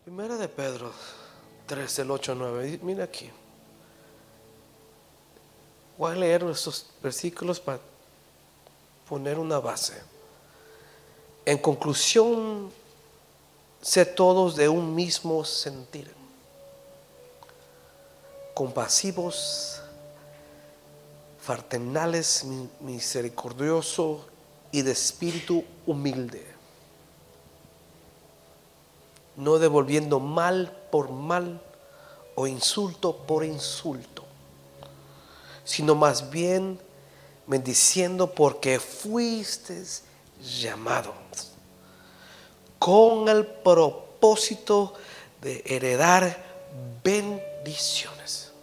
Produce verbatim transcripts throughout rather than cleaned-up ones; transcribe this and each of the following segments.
Primera de Pedro tres, del ocho al nueve. Mira aquí. Voy a leer estos versículos para poner una base. En conclusión, sé todos de un mismo sentir, compasivos, fraternales, misericordiosos y de espíritu humilde, no devolviendo mal por mal o insulto por insulto, sino más bien bendiciendo, porque fuisteis llamados con el propósito de heredar bendiciones.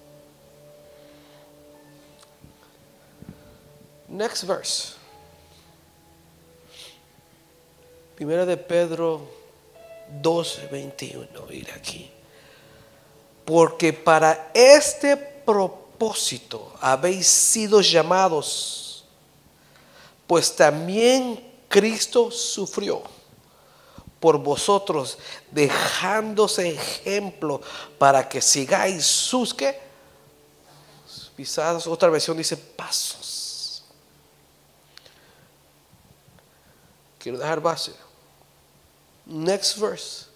Next verse. Primera de Pedro dos veintiuno. Ir aquí. Porque para este propósito habéis sido llamados, pues también Cristo sufrió por vosotros, dejándose ejemplo para que sigáis sus ¿qué? Pisadas. Otra versión dice pasos. Quiero dejar base. Next verse.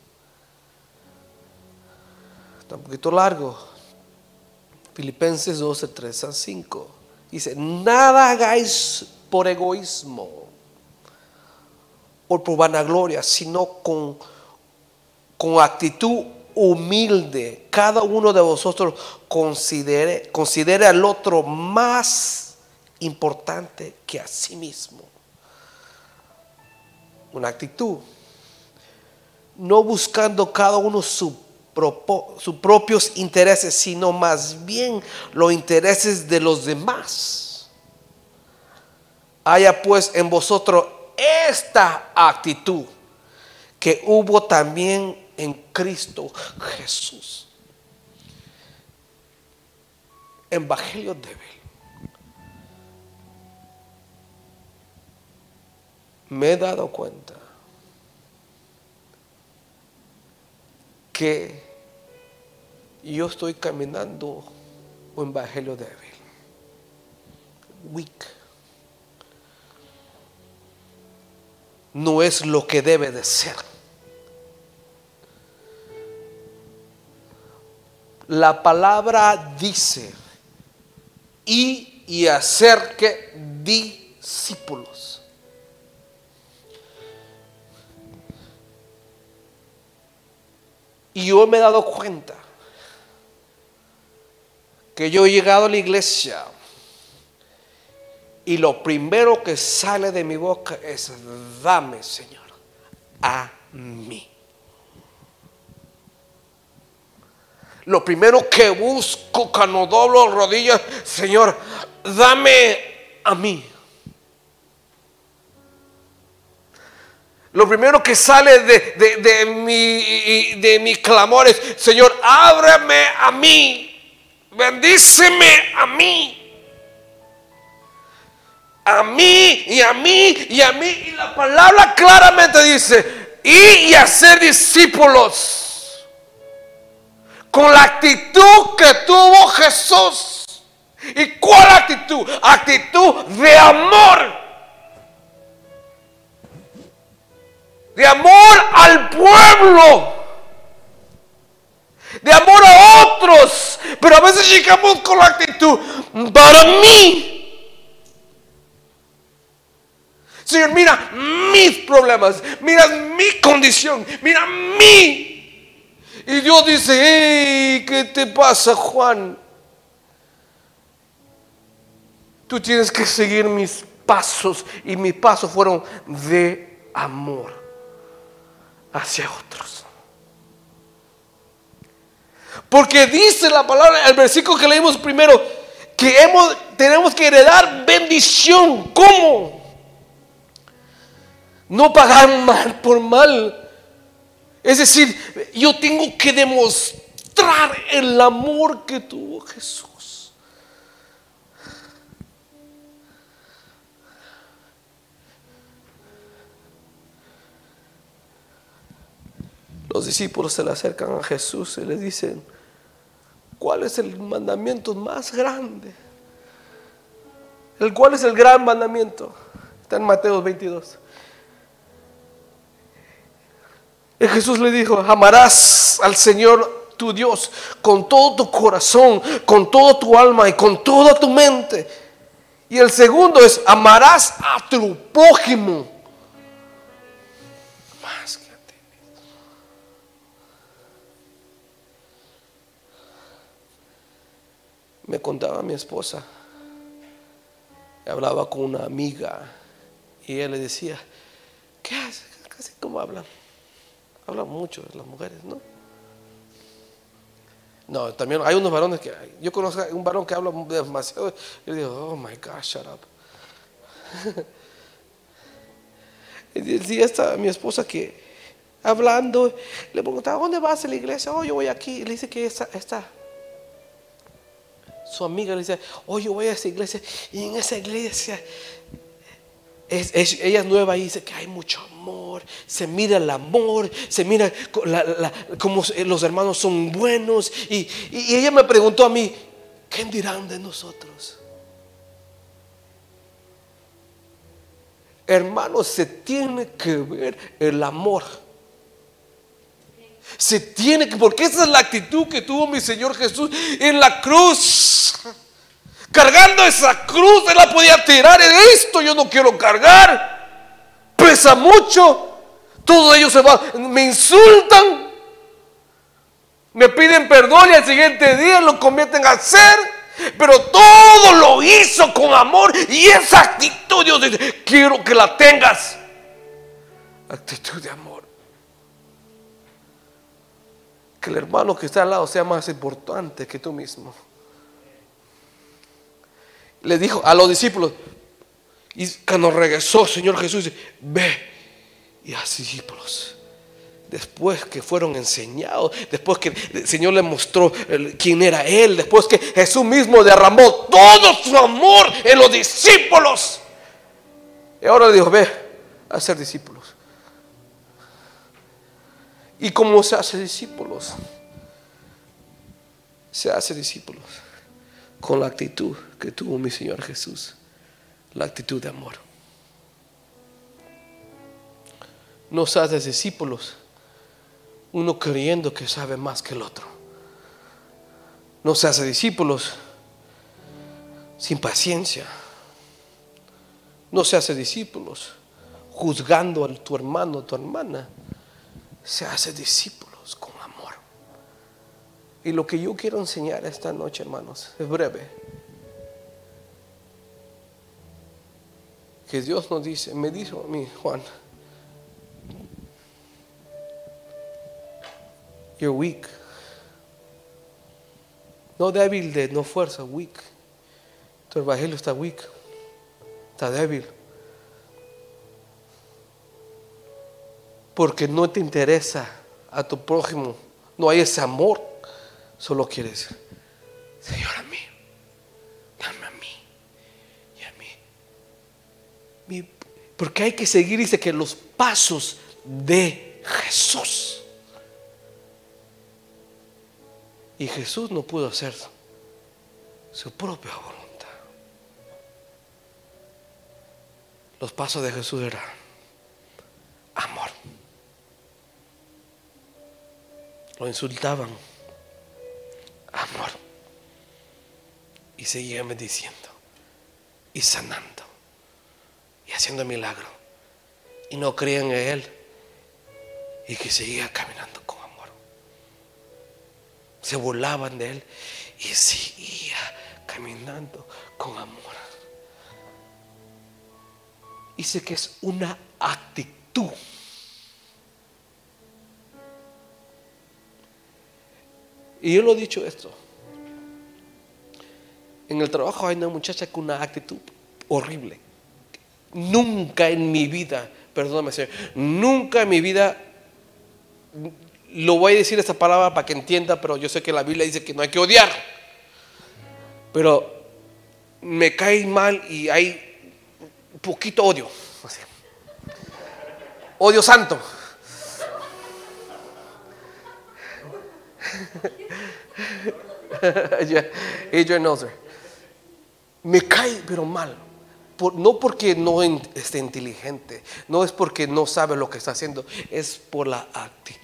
Está un poquito largo. Filipenses doce, tres a cinco. Dice: nada hagáis por egoísmo o por vanagloria, sino con, con actitud humilde. Cada uno de vosotros considere, considere al otro más importante que a sí mismo. Una actitud. No buscando cada uno su sus propios intereses, sino más bien los intereses de los demás. Haya pues en vosotros esta actitud que hubo también en Cristo Jesús. Evangelio débil. Me he dado cuenta que yo estoy caminando un evangelio débil, weak. No es lo que debe de ser. La palabra dice: y, y hacer que discípulos. Y yo me he dado cuenta que yo he llegado a la iglesia y lo primero que sale de mi boca es: dame, Señor, a mí. Lo primero que busco cuando doblo rodillas: Señor, dame a mí. Lo primero que sale de, de, de, mi, de mi clamor es: Señor, ábreme a mí. Bendíceme a mí. A mí y a mí y a mí. Y la palabra claramente dice: y, y hacer discípulos. Con la actitud que tuvo Jesús. ¿Y cuál actitud? Actitud de amor. De amor al pueblo. De amor a otros. Pero a veces llegamos con la actitud: para mí. Señor, mira mis problemas. Mira mi condición. Mira mí. Y Dios dice: hey, ¿qué te pasa, Juan? Tú tienes que seguir mis pasos. Y mis pasos fueron de amor hacia otros. Porque dice la palabra, el versículo que leímos primero, que hemos, tenemos que heredar bendición. ¿Cómo? No pagar mal por mal. Es decir, yo tengo que demostrar el amor que tuvo Jesús. Los discípulos se le acercan a Jesús y le dicen: ¿cuál es el mandamiento más grande? ¿El cuál es el gran mandamiento? Está en Mateo veintidós. Y Jesús le dijo: amarás al Señor tu Dios con todo tu corazón, con toda tu alma y con toda tu mente. Y el segundo es: amarás a tu prójimo más que a ti. Me contaba mi esposa, hablaba con una amiga y ella le decía: ¿qué hace? Casi como hablan. Hablan mucho las mujeres, ¿no? No, también hay unos varones que, yo conozco un varón que habla demasiado, y le digo: oh my God, shut up. Y decía esta mi esposa que hablando, le preguntaba: ¿dónde vas a la iglesia? Oh, yo voy aquí. Y le dice que esta, esta su amiga le dice: oh, yo voy a esa iglesia, y en esa iglesia Es, es, ella es nueva y dice que hay mucho amor, se mira el amor, se mira la, la, como los hermanos son buenos. Y, y ella me preguntó a mí: ¿qué dirán de nosotros? Hermanos, se tiene que ver el amor. Se tiene que, porque esa es la actitud que tuvo mi Señor Jesús en la cruz. Cargando esa cruz, Él la podía tirar. En esto yo no quiero cargar, pesa mucho. Todos ellos se van, me insultan, me piden perdón y al siguiente día lo convierten a hacer. Pero todo lo hizo con amor. Y esa actitud, Dios dice: quiero que la tengas. Actitud de amor. Que el hermano que está al lado sea más importante que tú mismo. Le dijo a los discípulos, y cuando regresó el Señor Jesús dice: ve y haz discípulos. Después que fueron enseñados, después que el Señor le mostró quién era Él, después que Jesús mismo derramó todo su amor en los discípulos, y ahora le dijo: ve a hacer discípulos. ¿Y cómo se hace discípulos? Se hace discípulos con la actitud que tuvo mi Señor Jesús, la actitud de amor. No se hace discípulos uno creyendo que sabe más que el otro. No se hace discípulos sin paciencia. No se hace discípulos juzgando a tu hermano o tu hermana. Se hace discípulos con amor. Y lo que yo quiero enseñar esta noche, hermanos, es breve. Que Dios nos dice, me dijo a mí, Juan, you're weak. No débil de no fuerza, weak. Tu evangelio está weak, está débil. Porque no te interesa a tu prójimo, no hay ese amor. Solo quieres: Señor, a mí, dame a mí y a mí. Mi, porque hay que seguir, dice, que los pasos de Jesús. Y Jesús no pudo hacer su propia voluntad. Los pasos de Jesús eran amor. Lo insultaban, amor. Y seguían bendiciendo y sanando y haciendo milagro. Y no creían en Él. Y que seguía caminando con amor. Se burlaban de Él y seguía caminando con amor. Dice que es una actitud. Y yo lo he dicho esto. En el trabajo hay una muchacha con una actitud horrible. Nunca en mi vida, perdóname Señor, nunca en mi vida, lo voy a decir esta palabra para que entienda, pero yo sé que la Biblia dice que no hay que odiar. Pero me cae mal y hay un poquito odio. Odio santo. Adrian Nozer. Me cae pero mal. Por, no porque no en, esté inteligente, no es porque no sabe lo que está haciendo, es por la actitud.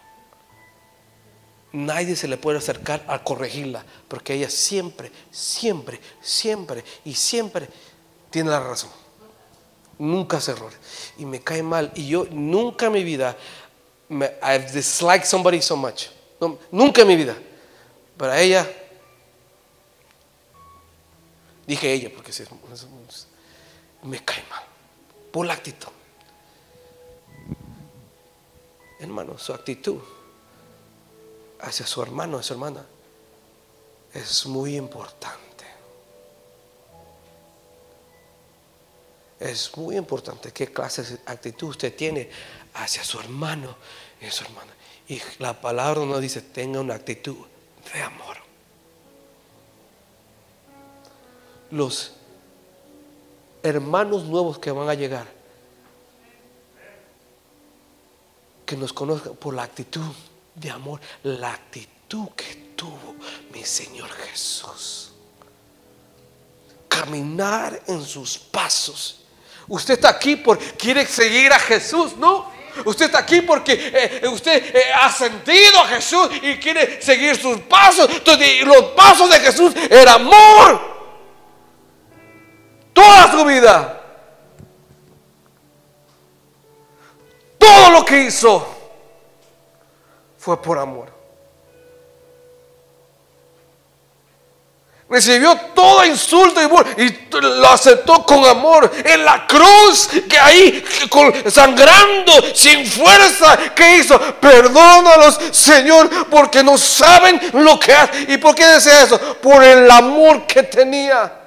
Nadie se le puede acercar a corregirla, porque ella siempre, siempre, siempre y siempre tiene la razón. Nunca hace errores. Y me cae mal. Y yo nunca en mi vida me, I've disliked somebody so much. No, nunca en mi vida. Pero a ella, dije ella porque sí, me cae mal por la actitud. Hermano, su actitud hacia su hermano, a su hermana, es muy importante. Es muy importante qué clase de actitud usted tiene hacia su hermano y su hermana. Y la palabra nos dice: tenga una actitud de amor. Los hermanos nuevos que van a llegar, que nos conozcan por la actitud de amor, la actitud que tuvo mi Señor Jesús. Caminar en sus pasos. Usted está aquí porque quiere seguir a Jesús, ¿no? Usted está aquí porque eh, usted eh, ha sentido a Jesús y quiere seguir sus pasos. Entonces, los pasos de Jesús era amor. Toda su vida, todo lo que hizo fue por amor. Recibió todo insulto y, y lo aceptó con amor. En la cruz, que ahí con, sangrando, sin fuerza, ¿qué hizo? Perdónalos, Señor, porque no saben lo que hacen. ¿Y por qué decía eso? Por el amor que tenía.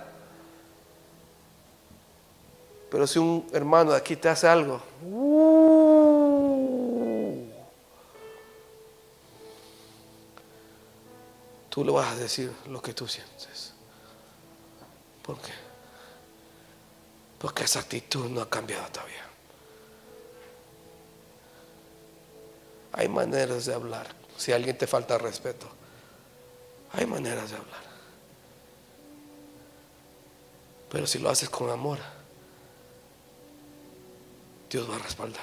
Pero si un hermano de aquí te hace algo, uh, tú le vas a decir lo que tú sientes. ¿Por qué? Porque esa actitud no ha cambiado todavía. Hay maneras de hablar. Si a alguien te falta respeto, hay maneras de hablar. Pero si lo haces con amor, Dios va a respaldar.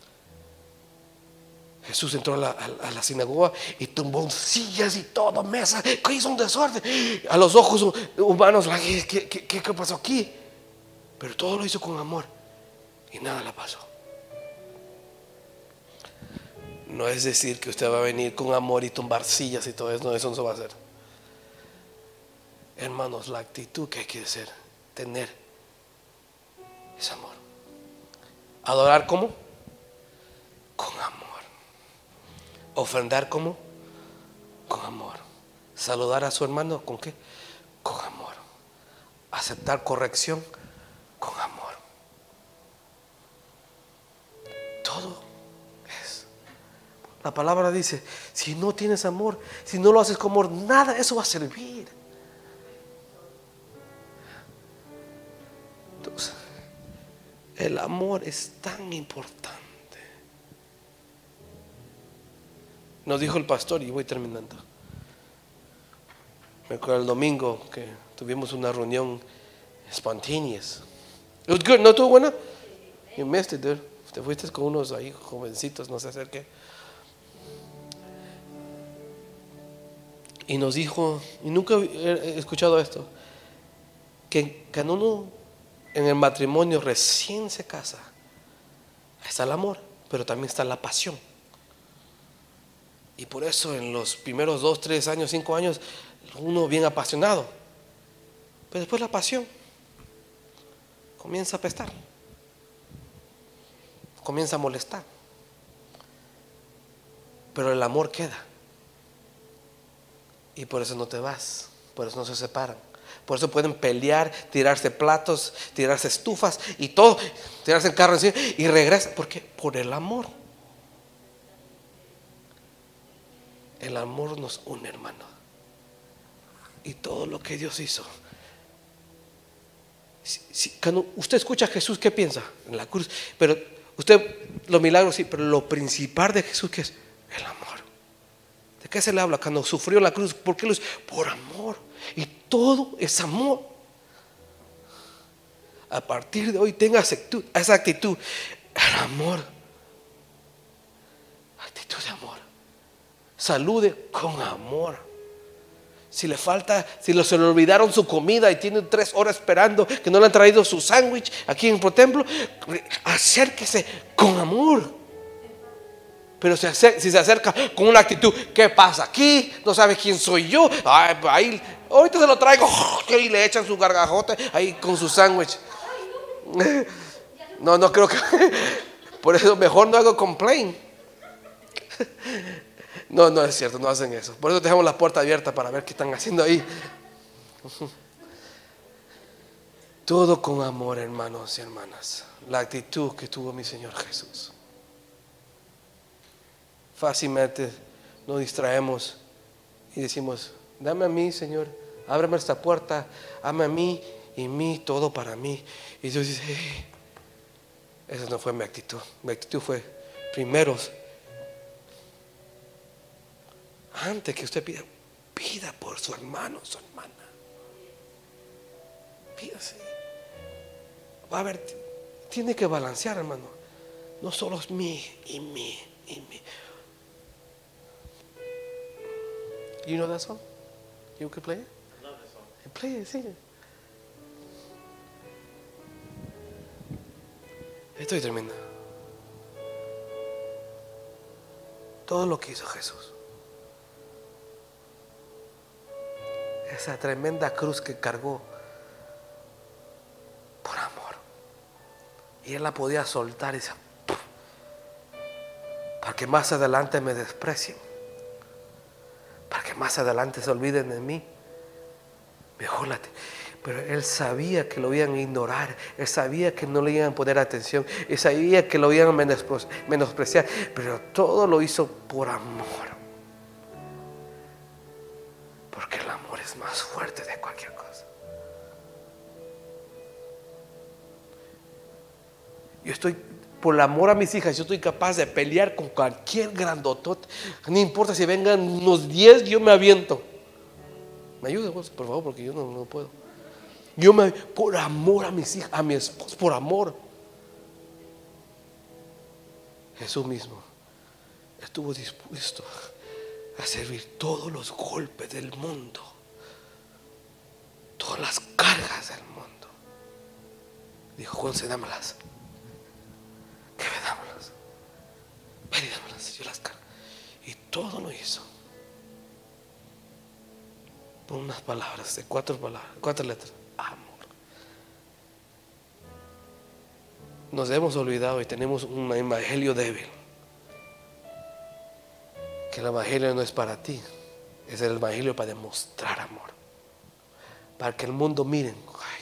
Jesús entró a la, a, a la sinagoga y tumbó sillas y todo, mesas, que hizo un desorden. A los ojos humanos, ¿qué, qué, qué, qué pasó aquí? Pero todo lo hizo con amor y nada le pasó. No es decir que usted va a venir con amor y tumbar sillas y todo eso, no, eso no se va a hacer. Hermanos, la actitud que hay que hacer, tener, es amor. Adorar, ¿cómo? Con amor. Ofrendar, ¿cómo? Con amor. Saludar a su hermano, ¿con qué? Con amor. Aceptar corrección, con amor. Todo es. La palabra dice: si no tienes amor, si no lo haces con amor, nada, eso va a servir. Entonces, el amor es tan importante. Nos dijo el pastor, y voy terminando. Me acuerdo el domingo que tuvimos una reunión spontaneous. It was good, ¿no estuvo buena? You missed it, dude. Te fuiste con unos ahí jovencitos, no sé hacer qué. Y nos dijo, y nunca he escuchado esto, que cuando uno en el matrimonio recién se casa, está el amor, pero también está la pasión. Y por eso en los primeros dos, tres años, cinco años, uno bien apasionado. Pero después la pasión comienza a apestar, comienza a molestar. Pero el amor queda. Y por eso no te vas, por eso no se separan. Por eso pueden pelear, tirarse platos, tirarse estufas y todo, tirarse el carro encima y regresan. ¿Por qué? Por el amor. El amor nos une, hermano. Y todo lo que Dios hizo. Si, si, cuando usted escucha a Jesús, ¿qué piensa? En la cruz. Pero usted, los milagros sí, pero lo principal de Jesús, ¿qué es? El amor. qué se le habla? Cuando sufrió la cruz, ¿por qué lo hizo? Por amor. Y todo es amor. A partir de hoy tenga esa actitud, el amor, actitud de amor. Salude con amor. Si le falta, si se le olvidaron su comida y tiene tres horas esperando que no le han traído su sándwich aquí en el templo, acérquese con amor. Pero si, si se acerca con una actitud, ¿qué pasa aquí? No sabe quién soy yo. Ay, ahí, ahorita se lo traigo. Y le echan su gargajote ahí con su sándwich. No, no creo que. Por eso mejor no hago complaint. No, no es cierto, no hacen eso. Por eso dejamos la puerta abierta para ver qué están haciendo ahí. Todo con amor, hermanos y hermanas. La actitud que tuvo mi Señor Jesús. Fácilmente nos distraemos y decimos: dame a mí, Señor, ábreme esta puerta, ama a mí y mí, todo para mí. Y Dios dice: hey, esa no fue mi actitud. Mi actitud fue primero, antes que usted pida, pida por su hermano, su hermana. Pídase. Va a haber, tiene que balancear, hermano. No solo es mí y mí y mí. You know that song? You can play it? I love that song. Play it, sing it. Estoy terminando. Todo lo que hizo Jesús, esa tremenda cruz que cargó por amor, y Él la podía soltar y decir: para que más adelante me desprecien, para que más adelante se olviden de mí. Mejor la. Pero Él sabía que lo iban a ignorar. Él sabía que no le iban a poner atención. Él sabía que lo iban a menospreciar. Pero todo lo hizo por amor. Porque el amor es más fuerte de cualquier cosa. Yo estoy, por el amor a mis hijas, yo estoy capaz de pelear con cualquier grandotote. No importa si vengan unos diez, yo me aviento. Me ayuda, por favor, porque yo no, no puedo. Yo me, por amor a mis hijas, a mi esposo, por amor. Jesús mismo estuvo dispuesto a servir todos los golpes del mundo, todas las cargas del mundo. Dijo: Juan, dámelas. Que me dámelas. Ven y dámelas, yo las cargo. Y todo lo hizo por unas palabras, de cuatro palabras, cuatro letras: amor. Nos hemos olvidado y tenemos un evangelio débil. Que el evangelio no es para ti, es el evangelio para demostrar amor, para que el mundo miren: ay,